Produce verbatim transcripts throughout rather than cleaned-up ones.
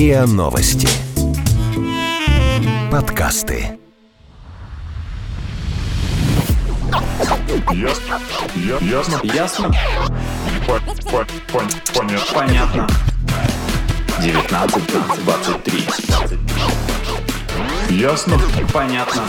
РИА Новости. Подкасты. Ясно. Ясно. Ясно. Понятно. Понятно. девятнадцать, двадцать три. Ясно. Понятно.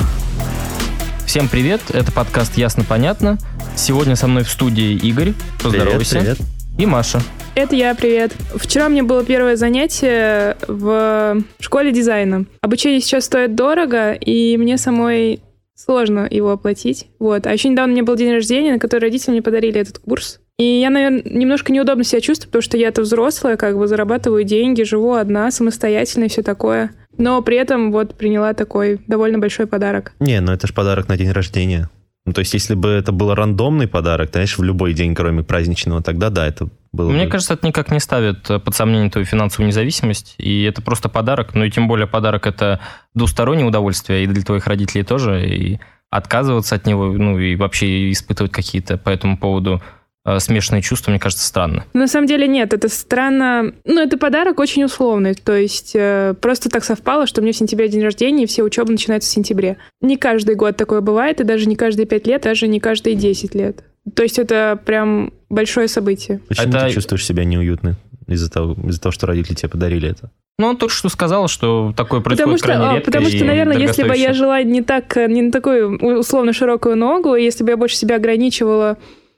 Всем привет, это подкаст «Ясно-понятно». Сегодня со мной в студии Игорь, поздоровайся. Привет, привет. И Маша. Это я, привет. Вчера у меня было первое занятие в школе дизайна. Обучение сейчас стоит дорого, и мне самой сложно его оплатить. Вот. А еще недавно у меня был день рождения, на который родители мне подарили этот курс. И я, наверное, немножко неудобно себя чувствую, потому что я-то взрослая, как бы зарабатываю деньги, живу одна, самостоятельно и все такое. Но при этом вот приняла такой довольно большой подарок. Не, ну это же подарок на день рождения. Ну, то есть, если бы это был рандомный подарок, знаешь, в любой день, кроме праздничного, тогда да, это было Мне бы... кажется, это никак не ставит под сомнение твою финансовую независимость, и это просто подарок, ну и тем более подарок – это двустороннее удовольствие, и для твоих родителей тоже, и отказываться от него, ну и вообще испытывать какие-то по этому поводу смешанные чувства, мне кажется, странно. На самом деле нет, это странно. Ну, это подарок очень условный. То есть э, просто так совпало, что у меня в сентябре день рождения, и все учебы начинаются в сентябре. Не каждый год такое бывает, и даже не каждые пять лет, даже не каждые десять лет. То есть это прям большое событие. Почему это... ты чувствуешь себя неуютно из-за того, из-за того, что родители тебе подарили это? Ну, он только что сказал, что такое происходит потому что, крайне редко. Потому что, наверное, если бы я жила не так, не на такую условно широкую ногу, если бы я больше себя ограничивала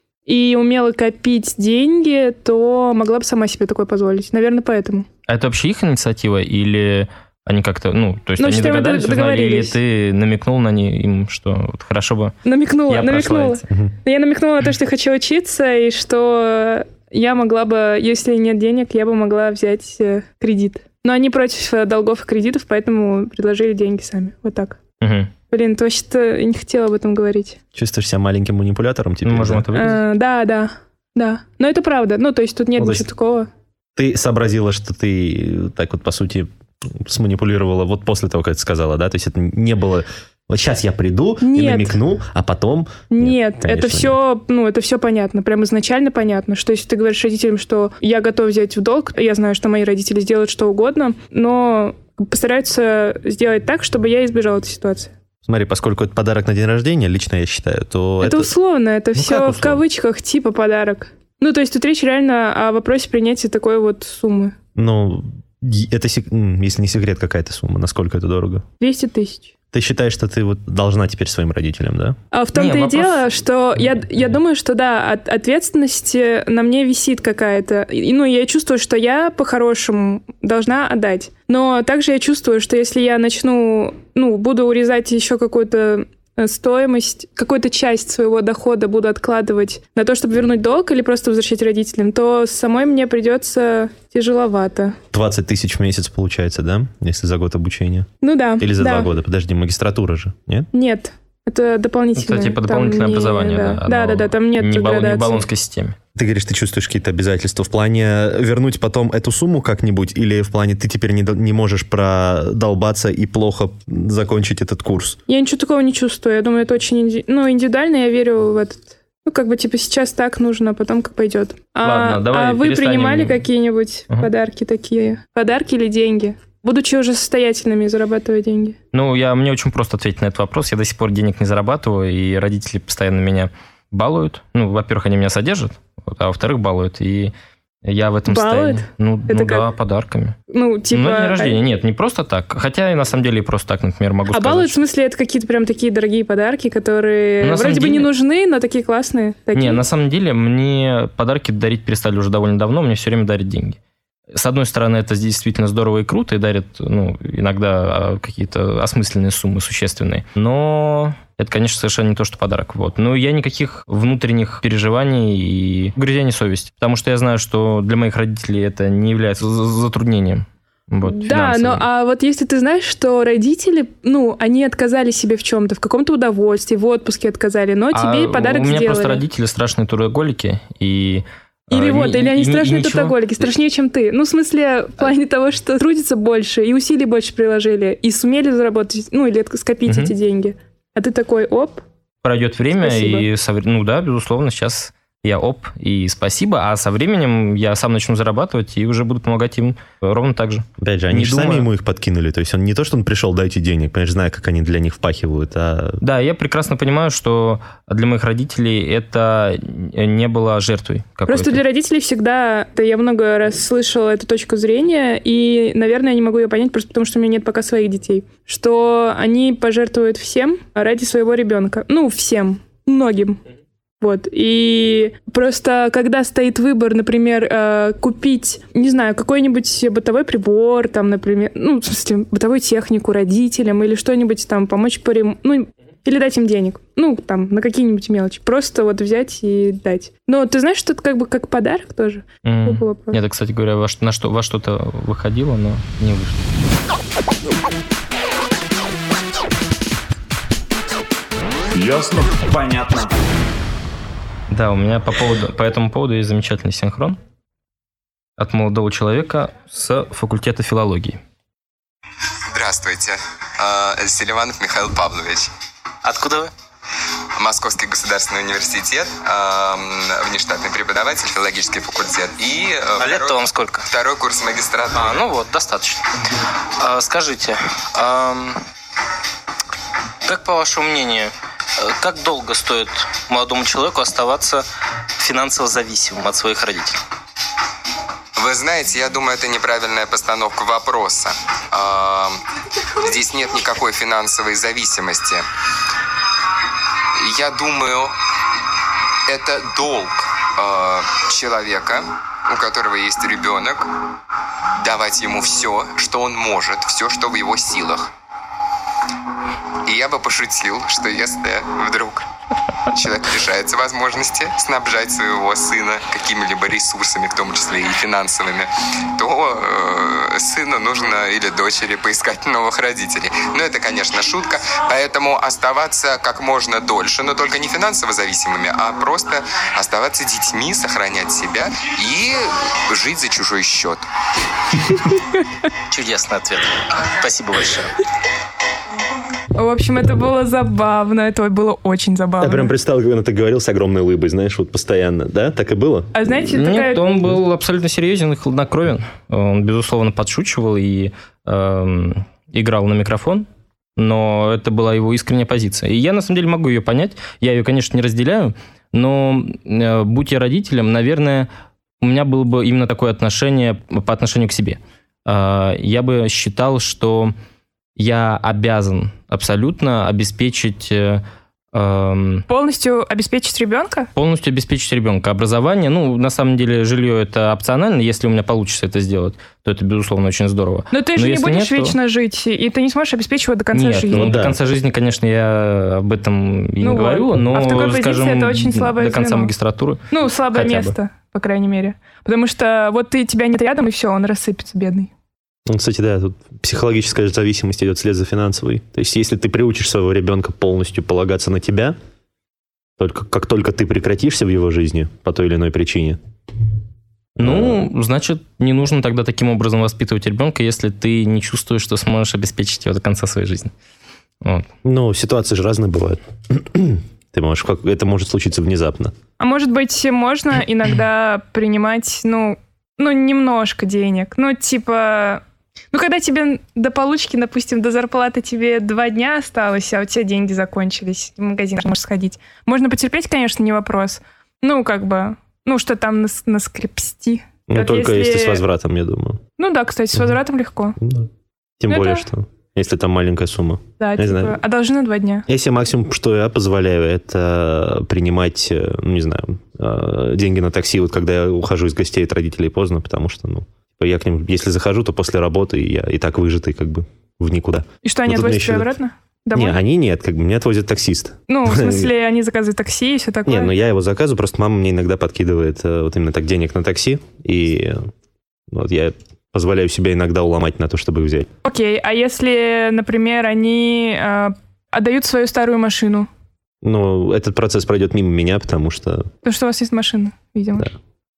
и умела копить деньги, то могла бы сама себе такое позволить. Наверное, поэтому. А это вообще их инициатива или они как-то, ну, то есть ну, они догадались, узнали, или договорились. Ты намекнул на них, им, что вот хорошо бы... Намекнула, я намекнула. Угу. Я намекнула на то, что я хочу учиться, и что я могла бы, если нет денег, я бы могла взять кредит. Но они против долгов и кредитов, поэтому предложили деньги сами. Вот так. Угу. Блин, ты вообще-то не хотела об этом говорить. Чувствуешь себя маленьким манипулятором теперь? Мы можем да? это вырезать. А, да, да, да. Но это правда. Ну, то есть тут нет Ну, то ничего есть такого. Ты сообразила, что ты так вот, по сути, сманипулировала вот после того, как это сказала, да? То есть это не было... Вот сейчас я приду и Нет. намекну, а потом... Нет, конечно, это все, ну, это все понятно, прям изначально понятно, что если ты говоришь родителям, что я готов взять в долг, я знаю, что мои родители сделают что угодно, но постараются сделать так, чтобы я избежала этой ситуации. Смотри, поскольку это подарок на день рождения, лично я считаю, то Это, это... условно, это Ну, все как в условно? кавычках типа подарок. Ну, то есть тут речь реально о вопросе принятия такой вот суммы. Ну, это, сек- м, если не секрет, какая-то сумма, насколько это дорого? двести тысяч. Ты считаешь, что ты вот должна теперь своим родителям, да? А в том-то Не, и вопрос- дело, что я, я думаю, что да, от, ответственность на мне висит какая-то. И, ну, я чувствую, что я по-хорошему должна отдать. Но также я чувствую, что если я начну, ну, буду урезать еще какую-то стоимость, какую-то часть своего дохода буду откладывать на то, чтобы вернуть долг или просто возвращать родителям, то самой мне придется тяжеловато. двадцать тысяч в месяц получается, да? Если за год обучения. Ну да. Или за да. два года. Подожди, магистратура же, нет? Нет. Это дополнительное. Это типа Там дополнительное не- образование, да. да? Да, Оно да, да, там нет не, бал- не в градации. баллонской системе. Ты говоришь, ты чувствуешь какие-то обязательства в плане вернуть потом эту сумму как-нибудь, или в плане ты теперь не, до- не можешь продолбаться и плохо закончить этот курс? Я ничего такого не чувствую. Я думаю, это очень инди... ну, индивидуально. Я верю в этот... Ну, как бы, типа, сейчас так нужно, а потом как пойдет. Ладно, а, давай а вы перестанем- принимали какие-нибудь Ага. подарки такие? Подарки или деньги? Будучи уже состоятельными, зарабатывая деньги. Ну, я, мне очень просто ответить на этот вопрос. Я до сих пор денег не зарабатываю, и родители постоянно меня балуют. Ну, во-первых, они меня содержат, вот, а во-вторых, балуют. И я в этом Балуют? состоянии. Ну, Это ну да, как? подарками. Ну, типа... Ну, день рождения. Нет, не просто так. Хотя, и на самом деле, и просто так, например, могу А сказать. балуют, в что- смысле, это какие-то прям такие дорогие подарки, которые Ну, на вроде самом бы не деле- нужны, но такие классные. Такие. Не, на самом деле, мне подарки дарить перестали уже довольно давно, мне все время дарят деньги. С одной стороны, это действительно здорово и круто, и дарят, ну, иногда какие-то осмысленные суммы, существенные. Но это, конечно, совершенно не то, что подарок. Вот. Но я никаких внутренних переживаний и угрызений совести. Потому что я знаю, что для моих родителей это не является за- затруднением. Вот, Да, но финансовым. а вот если ты знаешь, что родители, ну, они отказали себе в чем-то, в каком-то удовольствии, в отпуске отказали, но тебе и А подарок у меня сделали. просто родители страшные трудоголики, и... Или а, вот, ни- или они и ни- и страшные ничего- трудоголики, страшнее, чем ты. Ну, в смысле, в плане того, что трудятся больше, и усилий больше приложили, и сумели заработать, ну, или скопить Мгм. эти деньги. А ты такой, оп, Пройдет время, Спасибо. и, со вре- ну да, безусловно, сейчас я оп, и спасибо, а со временем я сам начну зарабатывать и уже буду помогать им ровно так же. Опять же, они Не же думаю... сами ему их подкинули, то есть он не то, что он пришел, дайте денег, понимаешь, зная, как они для них впахивают, а... Да, я прекрасно понимаю, что для моих родителей это не было жертвой какой-то. Просто для родителей всегда, да, я много раз слышала эту точку зрения, и, наверное, я не могу ее понять, просто потому что у меня нет пока своих детей, что они пожертвуют всем ради своего ребенка. Ну, всем, многим. Вот. И просто когда стоит выбор, например, э, купить, не знаю, какой-нибудь бытовой прибор, там, например, ну, в смысле, бытовую технику родителям или что-нибудь там, помочь по ремонту, ну, или дать им денег. Ну, там, на какие-нибудь мелочи. Просто вот взять и дать. Но ты знаешь, что это как бы как подарок тоже? Mm. Нет, кстати говоря, во, на что, во что-то выходило, но не вышло. Ясно? Понятно. Да, у меня по, поводу, по этому поводу есть замечательный синхрон от молодого человека с факультета филологии. Здравствуйте. Селиванов Михаил Павлович. Откуда вы? Московский государственный университет, внештатный преподаватель, филологический факультет. И а лет-то вам сколько? Второй курс магистратуры. А, ну вот, достаточно. А, скажите, а, как по вашему мнению, как долго стоит молодому человеку оставаться финансово зависимым от своих родителей? Вы знаете, я думаю, это неправильная постановка вопроса. Здесь нет никакой финансовой зависимости. Я думаю, это долг человека, у которого есть ребенок, давать ему все, что он может, все, что в его силах. И я бы пошутил, что если вдруг человек лишается возможности снабжать своего сына какими-либо ресурсами, в том числе и финансовыми, то э, сыну нужно или дочери поискать новых родителей. Но это, конечно, шутка, поэтому оставаться как можно дольше, но только не финансово зависимыми, а просто оставаться детьми, сохранять себя и жить за чужой счет. Чудесный ответ. Спасибо большое. В общем, это было забавно. Это было очень забавно. Я прям представил, как он это говорил с огромной улыбой, знаешь, вот постоянно. Да? Так и было? А знаете, Нет, такая... он был абсолютно серьезен и хладнокровен. Он, безусловно, подшучивал и э, играл на микрофон, но это была его искренняя позиция. И я, на самом деле, могу ее понять. Я ее, конечно, не разделяю, но э, будь я родителем, наверное, у меня было бы именно такое отношение по отношению к себе. Э, я бы считал, что я обязан абсолютно обеспечить... Э, э, полностью обеспечить ребенка? Полностью обеспечить ребенка. Образование, ну, на самом деле, жилье это опционально. Если у меня получится это сделать, то это, безусловно, очень здорово. Но ты же Но не будешь нет, вечно то... жить, и ты не сможешь обеспечить его до конца нет, жизни. Ну, да. до конца жизни, конечно, я об этом и ну не вот. говорю, но, а в такой скажем, позиции это очень слабое до конца звено. магистратуры. Ну, слабое хотя место, бы. по крайней мере. Потому что вот ты, тебя нет рядом, и все, он рассыпется, бедный. Ну, кстати, да, тут психологическая зависимость идет вслед за финансовой. То есть, если ты приучишь своего ребенка полностью полагаться на тебя, только как только ты прекратишься в его жизни по той или иной причине. Ну, а... значит, не нужно тогда таким образом воспитывать ребенка, если ты не чувствуешь, что сможешь обеспечить его до конца своей жизни. Вот. Ну, ситуации же разные бывают. Ты можешь, как, это может случиться внезапно. А может быть, можно иногда принимать, ну, ну, немножко денег. Ну, типа... Ну, когда тебе до получки, допустим, до зарплаты тебе два дня осталось, а у тебя деньги закончились, в магазин можешь сходить. Можно потерпеть, конечно, не вопрос. Ну, как бы, ну, что там нас, наскрепсти. Ну, как только если... если с возвратом, я думаю. Ну, да, кстати, с возвратом легко. Да. Тем Ну, более, это- что если там маленькая сумма. Да, Не типа, знаю. а должны на два дня. Если максимум, что я позволяю, это принимать, э, ну, не знаю, э, деньги на такси, вот когда я ухожу из гостей от родителей поздно, потому что, ну, я к ним, если захожу, то после работы я и так выжатый как бы в никуда. И что, они Ну, тут отвозят мне тебя еще- обратно? Домой? Не, они нет, как бы меня отвозит таксист. Ну, в смысле, они заказывают такси и все такое? Не, ну я его заказываю, просто мама мне иногда подкидывает э, вот именно так денег на такси, и э, вот я позволяю себе иногда уломать на то, чтобы их взять. Окей, а если, например, они э, отдают свою старую машину? Но этот процесс пройдет мимо меня, потому что Потому что у вас есть машина, видимо. Да.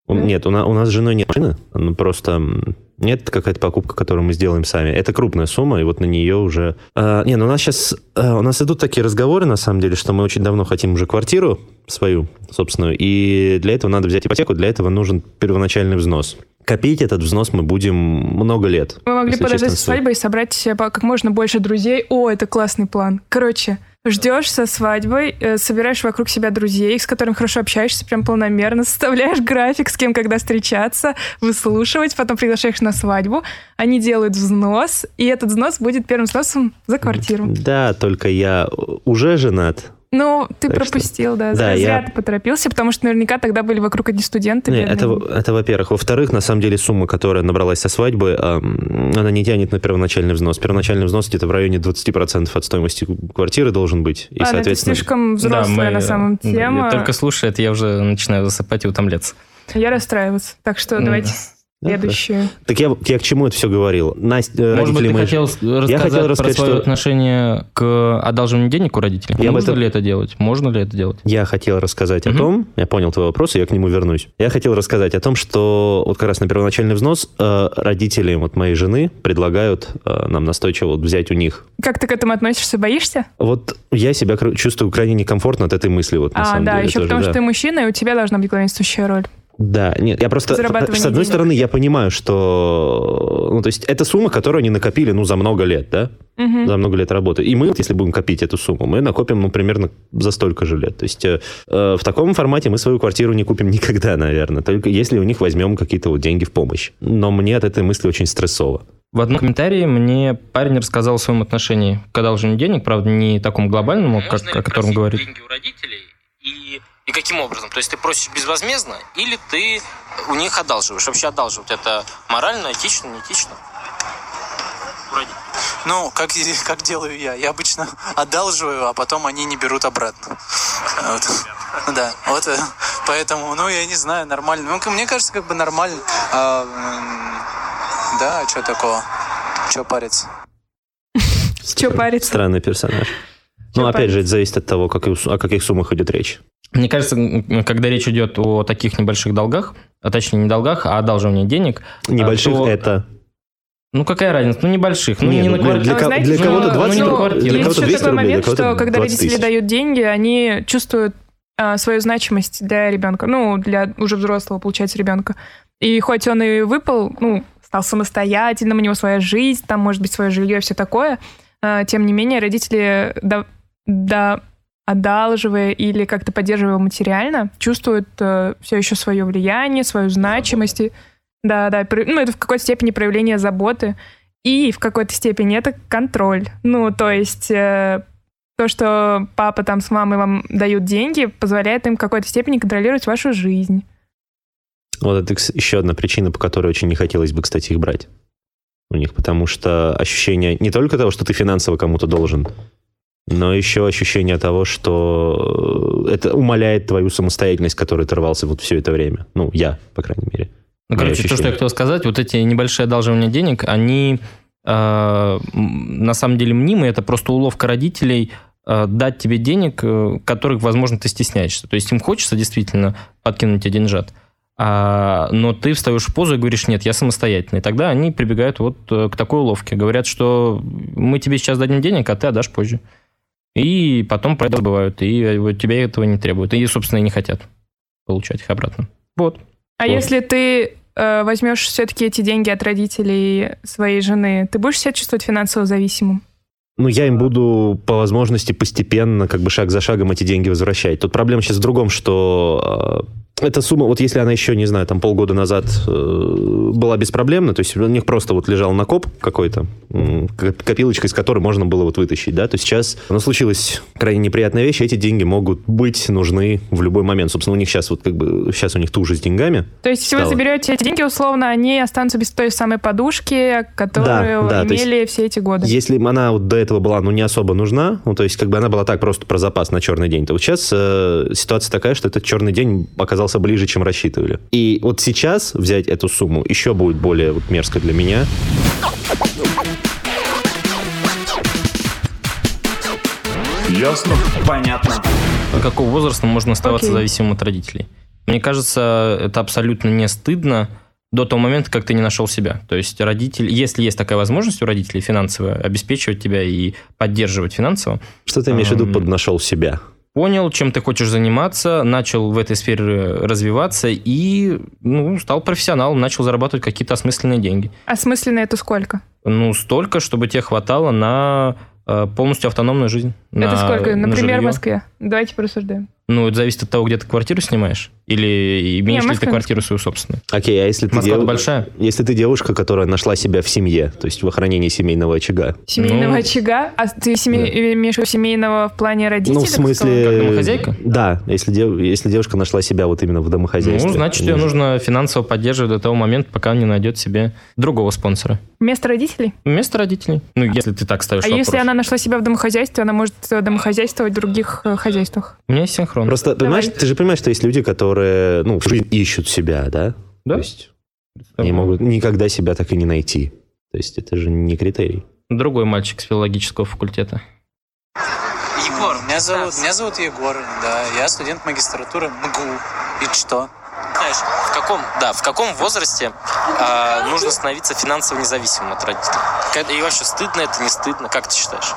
Нет, у нас, у нас с женой нет машины, ну, просто нет какая-то покупка, которую мы сделаем сами. Это крупная сумма, и вот на нее уже... А, не, ну у нас сейчас... А, у нас идут такие разговоры, на самом деле, что мы очень давно хотим уже квартиру свою, собственную, и для этого надо взять ипотеку, для этого нужен первоначальный взнос. Копить этот взнос мы будем много лет. Мы могли подождать со свадьбой и собрать как можно больше друзей. О, это классный план. Короче, ждешь со свадьбой, собираешь вокруг себя друзей, с которыми хорошо общаешься, прям полномерно, составляешь график, с кем когда встречаться, выслушивать, потом приглашаешь на свадьбу, они делают взнос, и этот взнос будет первым взносом за квартиру. Да, только я уже женат. Ну, ты так пропустил, что... да. да Зря я... ты поторопился, потому что наверняка тогда были вокруг одни студенты. Не, это, это во-первых. Во-вторых, на самом деле сумма, которая набралась со свадьбы, она не тянет на первоначальный взнос. Первоначальный взнос где-то в районе двадцать процентов от стоимости квартиры должен быть. И, а, соответственно... это слишком взрослая да, мы... на самом деле тема. Я только слушаю это, я уже начинаю засыпать и утомляться. Я расстраиваться. Так что ну, давайте... Да. Следующую. Да, так я, я к чему это все говорил? Настя, Может быть, ты мои... хотел рассказать, я хотел рассказать про свое что... отношение к одалживанию денег у родителей? Я Нужно этом... ли это делать? Можно ли это делать? Я хотел рассказать угу. о том, я понял твой вопрос, и я к нему вернусь. Я хотел рассказать о том, что вот как раз на первоначальный взнос э, родители вот моей жены предлагают э, нам настойчиво вот взять у них. Как ты к этому относишься? Боишься? Вот я себя чувствую крайне некомфортно от этой мысли. Вот, на а, самом да, деле, еще тоже, потому да. что ты мужчина, и у тебя должна быть главенствующая роль. Да, нет, я просто, с одной денег. стороны, я понимаю, что, ну, то есть, это сумма, которую они накопили, ну, за много лет, да, угу. за много лет работы. И мы, если будем копить эту сумму, мы накопим, ну, примерно за столько же лет. То есть, э, в таком формате мы свою квартиру не купим никогда, наверное, только если у них возьмем какие-то вот деньги в помощь. Но мне от этой мысли очень стрессово. В одном комментарии мне парень рассказал о своем отношении к одалживанию денег, правда, не такому глобальному, как, о котором говорит. Деньги у родителей и... И каким образом? То есть ты просишь безвозмездно или ты у них одалживаешь? Вообще одалживать это морально, этично, неэтично? Ну, как, как делаю я? Я обычно одалживаю, а потом они не берут обратно. Вот. Да, вот поэтому, ну, я не знаю, нормально. Ну, мне кажется, как бы нормально. А, да, а что такого? Что париться? Что париться? Странный персонаж. Ну, опять же, это зависит от того, как, о каких суммах идет речь. Мне кажется, когда речь идет о таких небольших долгах, а точнее не долгах, а одалживании денег... Небольших то... это... Ну, какая разница? Ну, небольших. Ну, не, не ну, на квартиру. Для, для, для кого-то двадцать, ну, для есть кого-то еще такой рублей, момент, что когда родители тысяч. дают деньги, они чувствуют а, свою значимость для ребенка. Ну, для уже взрослого, получается, ребенка. И хоть он и выпал, ну, стал самостоятельным, у него своя жизнь, там, может быть, свое жилье и все такое, а, тем не менее, родители... Да, да, одалживая или как-то поддерживая его материально, чувствуют э, все еще свое влияние, свою значимость. Да, да, ну, это в какой-то степени проявление заботы. И в какой-то степени это контроль. Ну, то есть э, то, что папа там с мамой вам дают деньги, позволяет им в какой-то степени контролировать вашу жизнь. Вот это еще одна причина, по которой очень не хотелось бы, кстати, их брать у них, потому что ощущение не только того, что ты финансово кому-то должен, но еще ощущение того, что это умаляет твою самостоятельность, которой ты рвался вот все это время. Ну, я, по крайней мере. Ну, короче, ощущение. То, что я хотел сказать, вот эти небольшие одалживания денег, они э, на самом деле мнимые, это просто уловка родителей э, дать тебе денег, э, которых, возможно, ты стесняешься. То есть им хочется действительно подкинуть тебе деньжат, а, но ты встаешь в позу и говоришь, нет, я самостоятельный. И тогда они прибегают вот к такой уловке. Говорят, что мы тебе сейчас дадим денег, а ты отдашь позже. И потом про это забывают, и вот тебя этого не требуют. И, собственно, и не хотят получать их обратно. Вот. А вот. Если ты э, возьмешь все-таки эти деньги от родителей своей жены, ты будешь себя чувствовать финансово зависимым? Ну, я им буду по возможности постепенно, как бы шаг за шагом эти деньги возвращать. Тут проблема сейчас в другом, что э, эта сумма, вот если она еще, не знаю, там полгода назад э, была беспроблемна, то есть у них просто вот лежал накоп какой-то, э, копилочка, из которой можно было вот вытащить, да, то сейчас, ну, случилась крайне неприятная вещь, эти деньги могут быть нужны в любой момент. Собственно, у них сейчас вот как бы, сейчас у них туже с деньгами. То есть, если стало. Вы заберете эти деньги, условно, они останутся без той самой подушки, которую да, да, имели все эти годы. Если она вот до этого была, ну, не особо нужна, ну, то есть, как бы она была так просто про запас на черный день, то вот сейчас э, ситуация такая, что этот черный день оказался ближе, чем рассчитывали. И вот сейчас взять эту сумму еще будет более вот мерзко для меня. Ясно? Понятно. До какого возраста можно оставаться Окей. зависимым от родителей? Мне кажется, это абсолютно не стыдно до того момента, как ты не нашел себя. То есть родитель, если есть такая возможность у родителей финансово обеспечивать тебя и поддерживать финансово. Что ты имеешь в виду под «нашел себя»? Понял, чем ты хочешь заниматься, начал в этой сфере развиваться и ну, стал профессионалом, начал зарабатывать какие-то осмысленные деньги. Осмысленные это сколько? Ну, столько, чтобы тебе хватало на э, полностью автономную жизнь. Это на, сколько, например, на в Москве? Давайте порассуждаем. Ну, это зависит от того, где ты квартиру снимаешь, или имеешь Не, ли ты Москва. квартиру свою собственную. Окей, а если ты, Москва-то дев- большая. если ты девушка, которая нашла себя в семье, то есть в охранении семейного очага? Семейного Ну, очага? А ты семей... имеешь в виду семейного в плане родителей? Ну, в смысле... Как домохозяйка? Да, если, дев- если девушка нашла себя вот именно в домохозяйстве. Ну, значит, ее нужно финансово поддерживать до того момента, пока он не найдет себе другого спонсора. Вместо родителей? Вместо родителей. Ну, если ты так ставишь А вопрос. если она нашла себя в домохозяйстве, она может домохозяйствовать в других э, хозяйствах? У меня есть синхрон. Просто, Давай. понимаешь, ты же понимаешь, что есть люди, которые, ну, в жизни ищут себя, да? Да. То есть они могут никогда себя так и не найти. То есть это же не критерий. Другой мальчик с филологического факультета. Егор, меня зовут, меня зовут Егор, да, я студент магистратуры МГУ. И что? Знаешь, в каком, да, в каком возрасте а, нужно становиться финансово независимым от родителей? Как- И вообще, стыдно это, не стыдно? Как ты считаешь?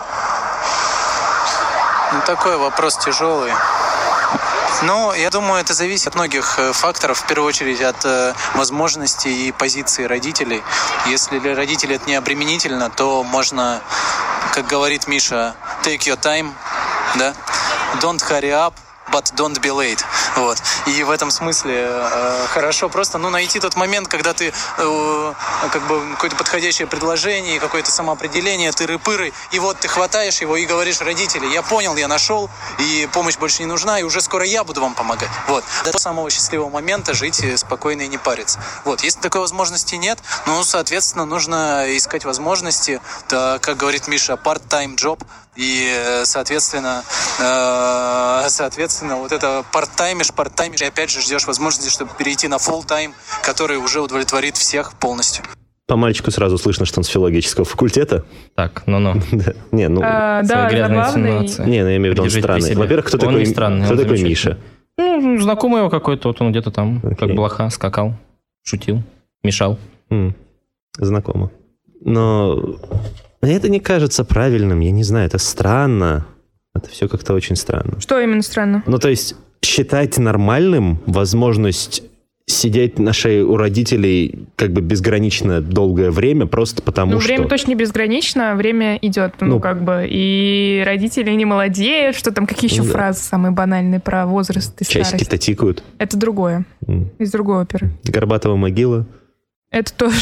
Ну, такой вопрос тяжелый. Ну, я думаю, это зависит от многих э, факторов, в первую очередь от э, возможностей и позиции родителей. Если для родителей это не обременительно, то можно, как говорит Миша, take your time, да, don't hurry up, but don't be late. Вот. И в этом смысле э, хорошо просто ну, найти тот момент, когда ты э, как бы какое-то подходящее предложение, какое-то самоопределение, тыры-пыры, и вот ты хватаешь его и говоришь: родители, я понял, я нашел, и помощь больше не нужна, и уже скоро я буду вам помогать. Вот. До самого счастливого момента жить спокойно и не париться. Вот. Если такой возможности нет, ну, соответственно, нужно искать возможности, да, как говорит Миша, part-time job, и, соответственно, э, соответственно, вот это part-таймишь, part-таймишь, и опять же ждешь возможности, чтобы перейти на full-time, который уже удовлетворит всех полностью. По мальчику сразу слышно, что он с филологического факультета. Так, ну-ну. Да. Не, ну... А, Свои да, грязные забавный. инсинуации. Не, ну я имею в виду, он Держите при странный. себе. Во-первых, кто Он такой, не странный, кто он такой замечательный. Миша? Ну, знакомый его какой-то, вот он где-то там, Окей. как блоха, скакал, шутил, мешал. М, Знакомо. Но мне это не кажется правильным, я не знаю, это странно. Это все как-то очень странно. Что именно странно? Ну, то есть считать нормальным возможность сидеть на шее у родителей как бы безгранично долгое время просто потому, Ну, что... время точно не безгранично, время идет, ну, Ну, как бы, и родители не молодеют, что там, какие еще Ну да. фразы самые банальные про возраст и старость. Часики-то тикают. Это другое, М. из другой оперы. Горбатова могила. Это тоже.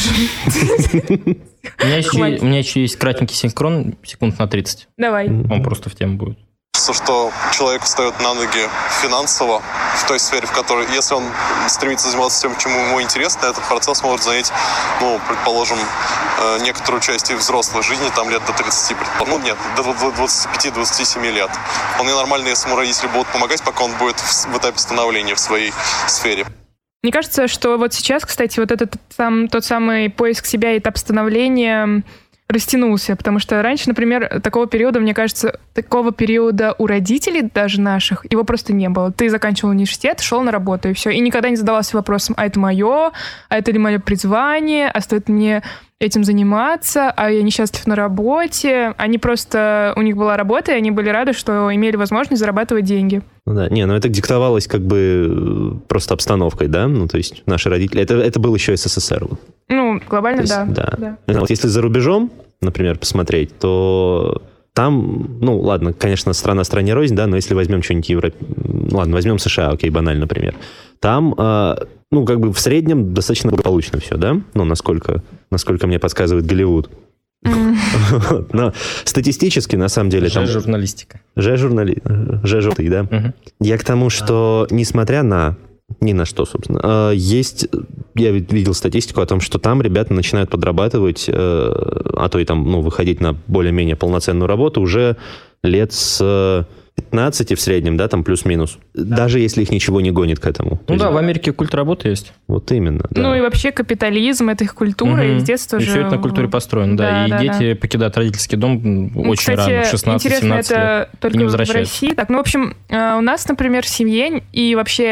У меня, еще, Хватит. у меня еще есть кратенький синхрон, секунд на тридцать. Давай. Он просто в тему будет. Что человек встает на ноги финансово в той сфере, в которой, если он стремится заниматься тем, чему ему интересно, этот процесс может занять, ну, предположим, э, некоторую часть и взрослой жизни, там лет до тридцати, предположим. Ну, нет, до двадцати пяти — двадцати семи лет. Вполне нормально, если ему родители будут помогать, пока он будет в, в этапе становления в своей сфере. Мне кажется, что вот сейчас, кстати, вот этот сам, тот самый поиск себя и этап становления растянулся, потому что раньше, например, такого периода, мне кажется, такого периода у родителей даже наших, его просто не было. Ты заканчивал университет, шел на работу, и все. И никогда не задавался вопросом, а это мое, а это ли мое призвание, а стоит мне этим заниматься, а я несчастлив на работе. Они просто... У них была работа, и они были рады, что имели возможность зарабатывать деньги. Ну да, не, ну это диктовалось как бы э, просто обстановкой, да? Ну, то есть наши родители... Это, это был еще СССР. Вот. Ну, глобально, То есть, да. да. Не знаю, вот если за рубежом, например, посмотреть, то там, ну, ладно, конечно, страна стране рознь, да, но если возьмем что-нибудь Европ... Ладно, возьмем США, окей, банально, например. Там, э, ну, как бы в среднем достаточно благополучно все, да? Ну, насколько, насколько мне подсказывает Голливуд. Вот. Но статистически, на самом деле... там Же-журналистика. Же-журнали... Же-журналистика, да? Мгм. Я к тому, что несмотря на ни на что, собственно, э, есть, я вид- видел статистику о том, что там ребята начинают подрабатывать, э, а то и там, ну, выходить на более-менее полноценную работу уже лет с пятнадцати в среднем, да, там плюс-минус. Даже если их ничего не гонит к этому. То Ну есть да, в Америке культ работы есть. Вот именно, да. Ну и вообще капитализм, это их культура, и Мгм. с детства И же... все это на культуре построено, да. Да, И да, дети покидают родительский дом Ну, очень кстати, рано, в интересно, шестнадцать-семнадцать лет. это только не в возвращаются. России. Так, ну, в общем, э, у нас, например, в семье и вообще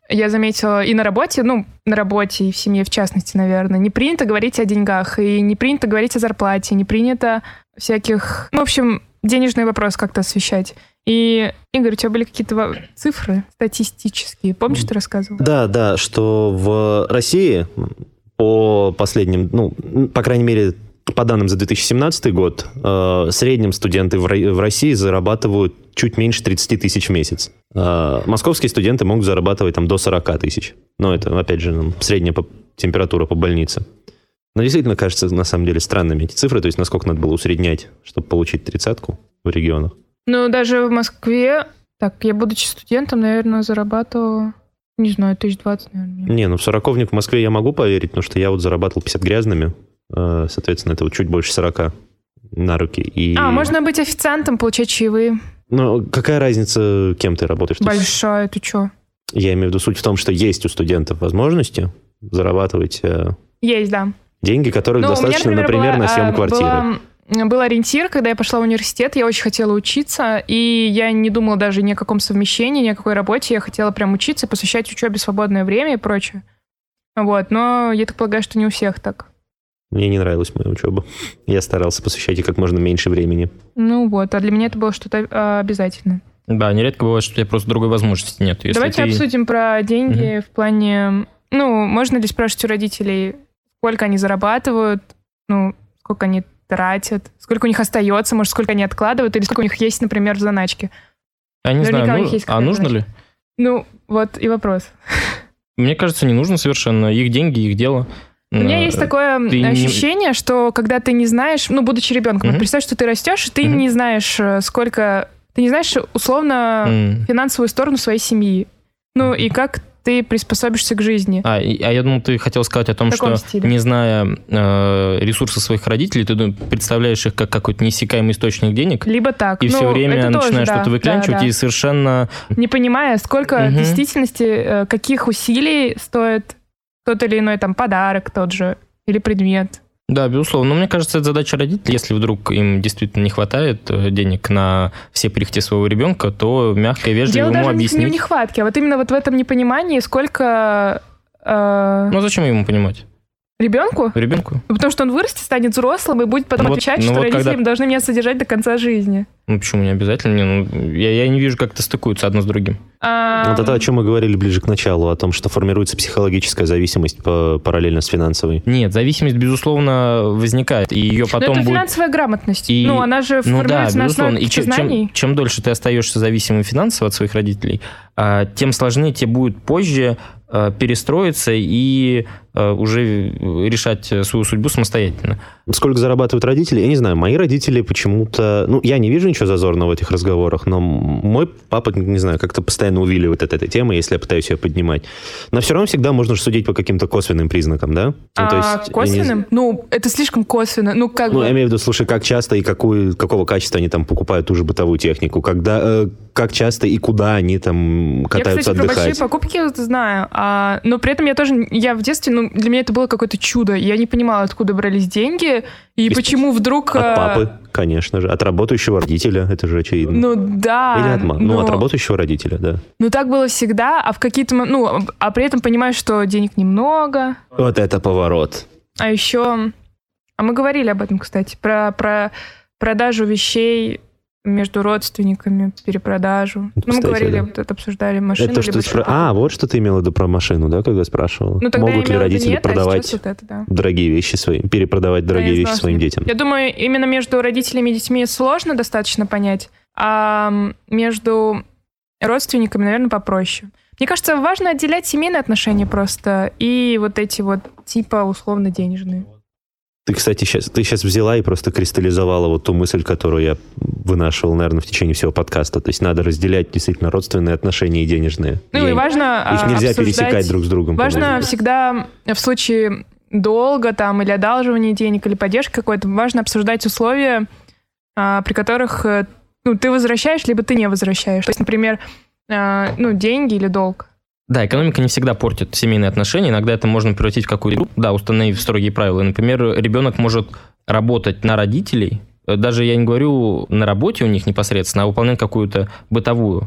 я заметила и на работе, ну, на работе и в семье, в частности, наверное, не принято говорить о деньгах, и не принято говорить о зарплате, не принято всяких... Ну, в общем, денежный вопрос как-то освещать. И, Игорь, у тебя были какие-то цифры статистические? Помнишь, ты рассказывал? Да, да, что в России по последним, ну, по крайней мере, по данным за две тысячи семнадцатый год, э, в среднем студенты в, в России зарабатывают чуть меньше тридцать тысяч в месяц. Э, московские студенты могут зарабатывать там до сорок тысяч. Но это, опять же, ну, средняя по, температура по больнице. Но действительно, кажется, на самом деле странными эти цифры, то есть насколько надо было усреднять, чтобы получить тридцатку в регионах. Ну, даже в Москве, так, я, будучи студентом, наверное, зарабатывала, не знаю, тысяч двадцать, наверное. Не, ну в сороковник в Москве я могу поверить, потому что я вот зарабатывал пятьдесят грязными, соответственно, это вот чуть больше сорока на руки. И... А, можно быть официантом, получать чаевые. Ну, какая разница, кем ты работаешь? Большая, ты что? Я имею в виду суть в том, что есть у студентов возможности зарабатывать есть, да. деньги, которых ну, достаточно, меня, например, например, была, на съем квартиры. Была... Был ориентир, когда я пошла в университет, я очень хотела учиться, и я не думала даже ни о каком совмещении, ни о какой работе, я хотела прям учиться, посвящать учебе свободное время и прочее. Вот, но я так полагаю, что не у всех так. Мне не нравилась моя учеба. Я старался посвящать ей как можно меньше времени. Ну вот, а для меня это было что-то а, обязательное. Да, нередко бывает, что у тебя просто другой возможности нет. Если Давайте ты... обсудим про деньги угу. в плане... Ну, можно ли спрашивать у родителей, сколько они зарабатывают, ну, сколько они тратят, сколько у них остается, может, сколько они откладывают, или сколько у них есть, например, в заначке. Я не Наверняка знаю, ну, а нужно ли? Ну, вот и вопрос. Мне кажется, не нужно совершенно. Их деньги, их дело. У меня есть такое ты ощущение, не... что когда ты не знаешь, ну, будучи ребенком, mm-hmm. вот представь, что ты растешь, и ты mm-hmm. не знаешь, сколько... Ты не знаешь, условно, mm-hmm. финансовую сторону своей семьи. Ну, и как ты приспособишься к жизни. А, и, а я думал, ты хотел сказать о том, что, стиле. не зная э, ресурсы своих родителей, ты представляешь их как какой-то неиссякаемый источник денег. Либо так. И ну, все время начинаешь да, что-то выклянчивать, да, да. и совершенно... Не понимая, сколько угу. в действительности, каких усилий стоит тот или иной там подарок тот же, или предмет. Да, безусловно. Но мне кажется, это задача родителей. Если вдруг им действительно не хватает денег на все прихоти своего ребенка, то мягко и вежливо Дело ему даже объяснить. Не в нехватке, а вот именно вот в этом непонимании, сколько... Э... Ну, зачем ему понимать? Ребенку? Ребенку. Потому что он вырастет, станет взрослым и будет потом ну, отвечать, вот, что ну, родители вот когда... должны меня содержать до конца жизни. Ну, почему не обязательно? Не, ну, я, я не вижу, как это стыкуется одно с другим. А... Вот это, о чем мы говорили ближе к началу, о том, что формируется психологическая зависимость по, параллельно с финансовой. Нет, зависимость, безусловно, возникает, и ее потом Но это будет... финансовая грамотность. И... Ну, она же ну, формируется да, на основе и чем, знаний. Чем, чем дольше ты остаешься зависимым финансово от своих родителей, тем сложнее тебе будет позже перестроиться и уже решать свою судьбу самостоятельно. Сколько зарабатывают родители? Я не знаю. Мои родители почему-то... Ну, я не вижу ничего зазорного в этих разговорах, но мой папа, не знаю, как-то постоянно увиливает от этой темы, если я пытаюсь ее поднимать. Но все равно всегда можно судить по каким-то косвенным признакам, да? А, ну, то есть, косвенным? Не... Ну, это слишком косвенно. Ну, как ну бы... я имею в виду, слушай, как часто и какую, какого качества они там покупают ту же бытовую технику, когда, э, как часто и куда они там катаются отдыхать. Я, кстати, про большие покупки знаю, а, но при этом я тоже... Я в детстве, ну, для меня это было какое-то чудо. Я не понимала, откуда брались деньги, и Из... почему вдруг... От папы, конечно же. От работающего родителя, это же очевидно. Ну, да. Или от мамы. Но... Ну, от работающего родителя, да. Ну, так было всегда, а в какие-то... Ну, а при этом понимаешь, что денег немного. Вот это поворот. А еще... А мы говорили об этом, кстати, про, про продажу вещей между родственниками, перепродажу. Кстати, ну, мы говорили, да. вот это обсуждали машину. Это что спра... А, вот что ты имела в виду про машину, да, когда спрашивала? Ну, Могут ли родители нет, продавать а вот это, да. дорогие вещи своим, перепродавать дорогие вещи своим детям? Я думаю, именно между родителями и детьми сложно достаточно понять, а между родственниками, наверное, попроще. Мне кажется, важно отделять семейные отношения просто и вот эти вот типа условно-денежные. Ты, кстати, сейчас, ты сейчас взяла и просто кристаллизовала вот ту мысль, которую я вынашивал, наверное, в течение всего подкаста. То есть надо разделять действительно родственные отношения и денежные. Ну и, и важно Их нельзя обсуждать, пересекать друг с другом. Важно по-моему. всегда в случае долга там, или одалживания денег, или поддержки какой-то, важно обсуждать условия, а, при которых ну, ты возвращаешь, либо ты не возвращаешь. То есть, например, а, ну, деньги или долг. Да, экономика не всегда портит семейные отношения. Иногда это можно превратить в какую-то игру, да, установив строгие правила. Например, ребенок может работать на родителей, даже я не говорю на работе у них непосредственно, а выполнять какую-то бытовую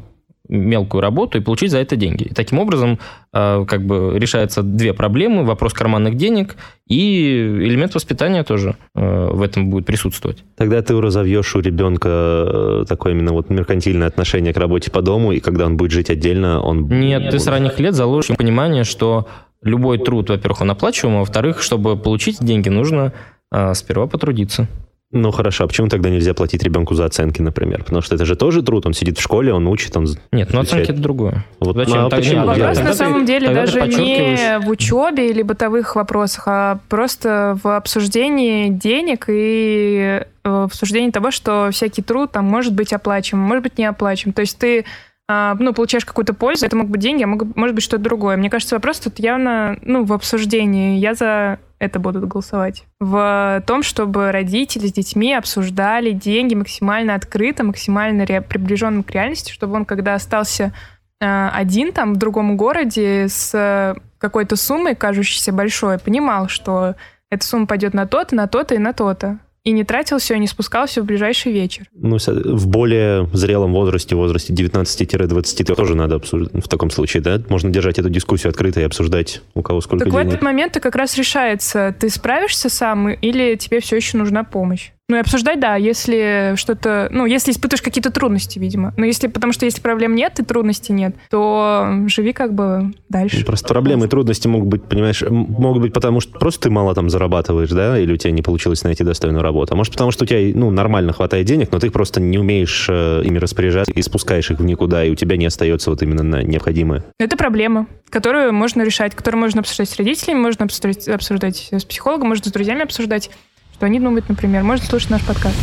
мелкую работу и получить за это деньги. И таким образом как бы решаются две проблемы. Вопрос карманных денег и элемент воспитания тоже в этом будет присутствовать. Тогда ты разовьешь у ребенка такое именно вот меркантильное отношение к работе по дому, и когда он будет жить отдельно, он... Нет, ты с ранних лет заложишь ему понимание, что любой труд, во-первых, он оплачиваем, а во-вторых, чтобы получить деньги, нужно сперва потрудиться. Ну, хорошо, а почему тогда нельзя платить ребенку за оценки, например? Потому что это же тоже труд, он сидит в школе, он учит, он... Нет, ну оценки это другое. Вот, Зачем? А почему? Вопрос на самом деле тогда даже не в учебе или бытовых вопросах, а просто в обсуждении денег и в обсуждении того, что всякий труд там может быть оплачиваем, может быть не оплачиваем. То есть ты ну, получаешь какую-то пользу, это могут быть деньги, а может быть что-то другое. Мне кажется, вопрос тут явно ну, в обсуждении. Я за это буду голосовать. В том, чтобы родители с детьми обсуждали деньги максимально открыто, максимально ре- приближенным к реальности, чтобы он, когда остался э, один там в другом городе с какой-то суммой, кажущейся большой, понимал, что эта сумма пойдет на то-то, на то-то и на то-то. И не тратил все, не спускал все в ближайший вечер. Ну, в более зрелом возрасте, в возрасте девятнадцати-двадцати тоже надо обсуждать. В таком случае, да? Можно держать эту дискуссию открытой и обсуждать, у кого сколько так денег. В этот момент как раз решается, ты справишься сам или тебе все еще нужна помощь. Ну и обсуждать, да, если что-то... Ну, если испытываешь какие-то трудности, видимо. Но если... Потому что если проблем нет и трудностей нет, то живи как бы дальше. Ну, просто проблемы и трудности могут быть, понимаешь, могут быть потому, что просто ты мало там зарабатываешь, да, или у тебя не получилось найти достойную работу. А может потому, что у тебя, ну, нормально хватает денег, но ты просто не умеешь э, ими распоряжаться и спускаешь их в никуда, и у тебя не остается вот именно на необходимое. Это проблема, которую можно решать, которую можно обсуждать с родителями, можно обсуждать, обсуждать с психологом, можно с друзьями обсуждать. Что они думают, например. Можно слушать наш подкаст.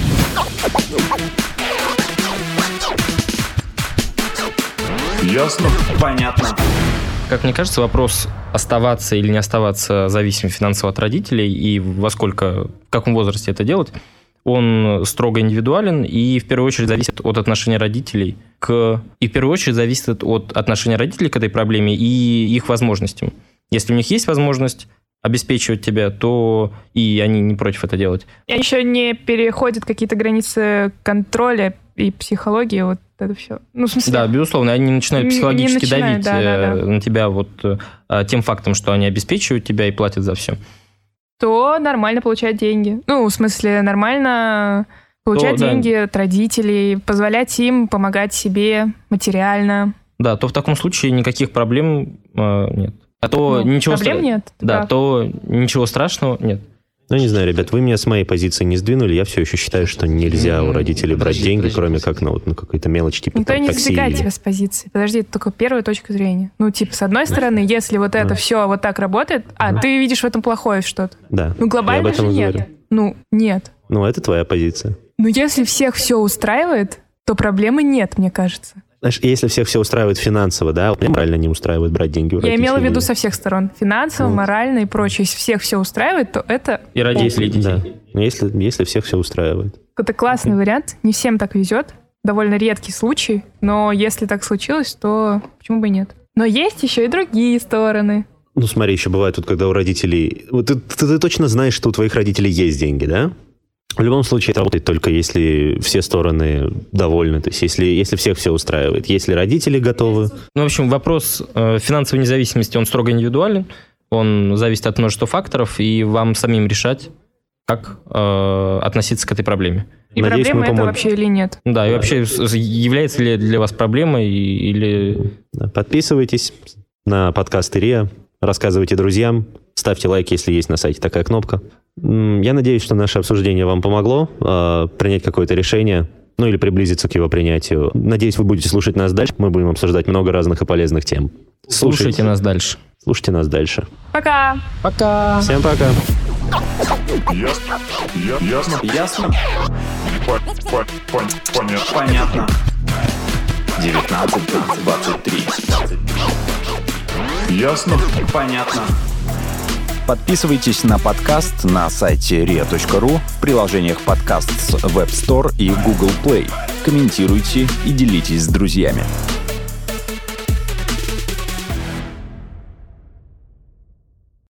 Ясно? Понятно. Как мне кажется, вопрос оставаться или не оставаться зависимым финансово от родителей и во сколько, в каком возрасте это делать, он строго индивидуален и в первую очередь зависит от отношения родителей к... И в первую очередь зависит от отношения родителей к этой проблеме и их возможностям. Если у них есть возможность обеспечивать тебя, то и они не против это делать. И еще не переходят какие-то границы контроля и психологии, вот это все. Ну, в смысле... Да, безусловно, они начинают психологически не начинают, давить да, да, да. на тебя вот тем фактом, что они обеспечивают тебя и платят за все. То нормально получать деньги. Ну, в смысле, нормально получать то, деньги да. от родителей, позволять им помогать себе материально. Да, то в таком случае никаких проблем э, нет. А то ну, ничего проблем стра... нет. Да, прав. то ничего страшного нет. Ну, не знаю, ребят, вы меня с моей позиции не сдвинули. Я все еще считаю, что нельзя у родителей брать подожди, деньги, подожди, кроме подожди. как на вот, ну, какой-то мелочь, типа Никто там, не такси. сдвигает тебя с позиции. Подожди, это только первая точка зрения. Ну, типа, с одной стороны, если вот это все вот так работает, а ты видишь в этом плохое что-то. Да. Ну, глобально же нет. Говорю. Ну, нет. Ну, это твоя позиция. Ну, если всех все устраивает, то проблемы нет, мне кажется. Знаешь, если всех все устраивает финансово, да, мне морально не устраивает брать деньги у родителей. Я имела в виду со всех сторон. Финансово, ну. морально и прочее. Если всех все устраивает, то это... И родители, и детей. Да. Но если, если всех все устраивает. Это классный вариант. Не всем так везет. Довольно редкий случай. Но если так случилось, то почему бы и нет? Но есть еще и другие стороны. Ну, смотри, еще бывает тут, когда у родителей... Вот ты, ты, ты точно знаешь, что у твоих родителей есть деньги, да? В любом случае, это работает только если все стороны довольны, то есть если, если всех все устраивает, если родители готовы. Ну, в общем, вопрос э, финансовой независимости, он строго индивидуален, он зависит от множества факторов, и вам самим решать, как э, относиться к этой проблеме. И Надеюсь, проблема это вообще или нет? Да, и вообще является ли для вас проблемой или... Подписывайтесь на подкаст ИРИА, рассказывайте друзьям, ставьте лайк, если есть на сайте такая кнопка. Я надеюсь, что наше обсуждение вам помогло э, принять какое-то решение, ну или приблизиться к его принятию. Надеюсь, вы будете слушать нас дальше. Мы будем обсуждать много разных и полезных тем. Слушайте, Слушайте нас дальше. Слушайте нас дальше. Пока. Пока. Всем пока. Ясно? Ясно? Ясно? Понятно. Понятно. девятнадцать двадцать три. Ясно? Понятно. Подписывайтесь на подкаст на сайте риа точка ру, в приложениях подкаст с Web Store и Google Play. Комментируйте и делитесь с друзьями.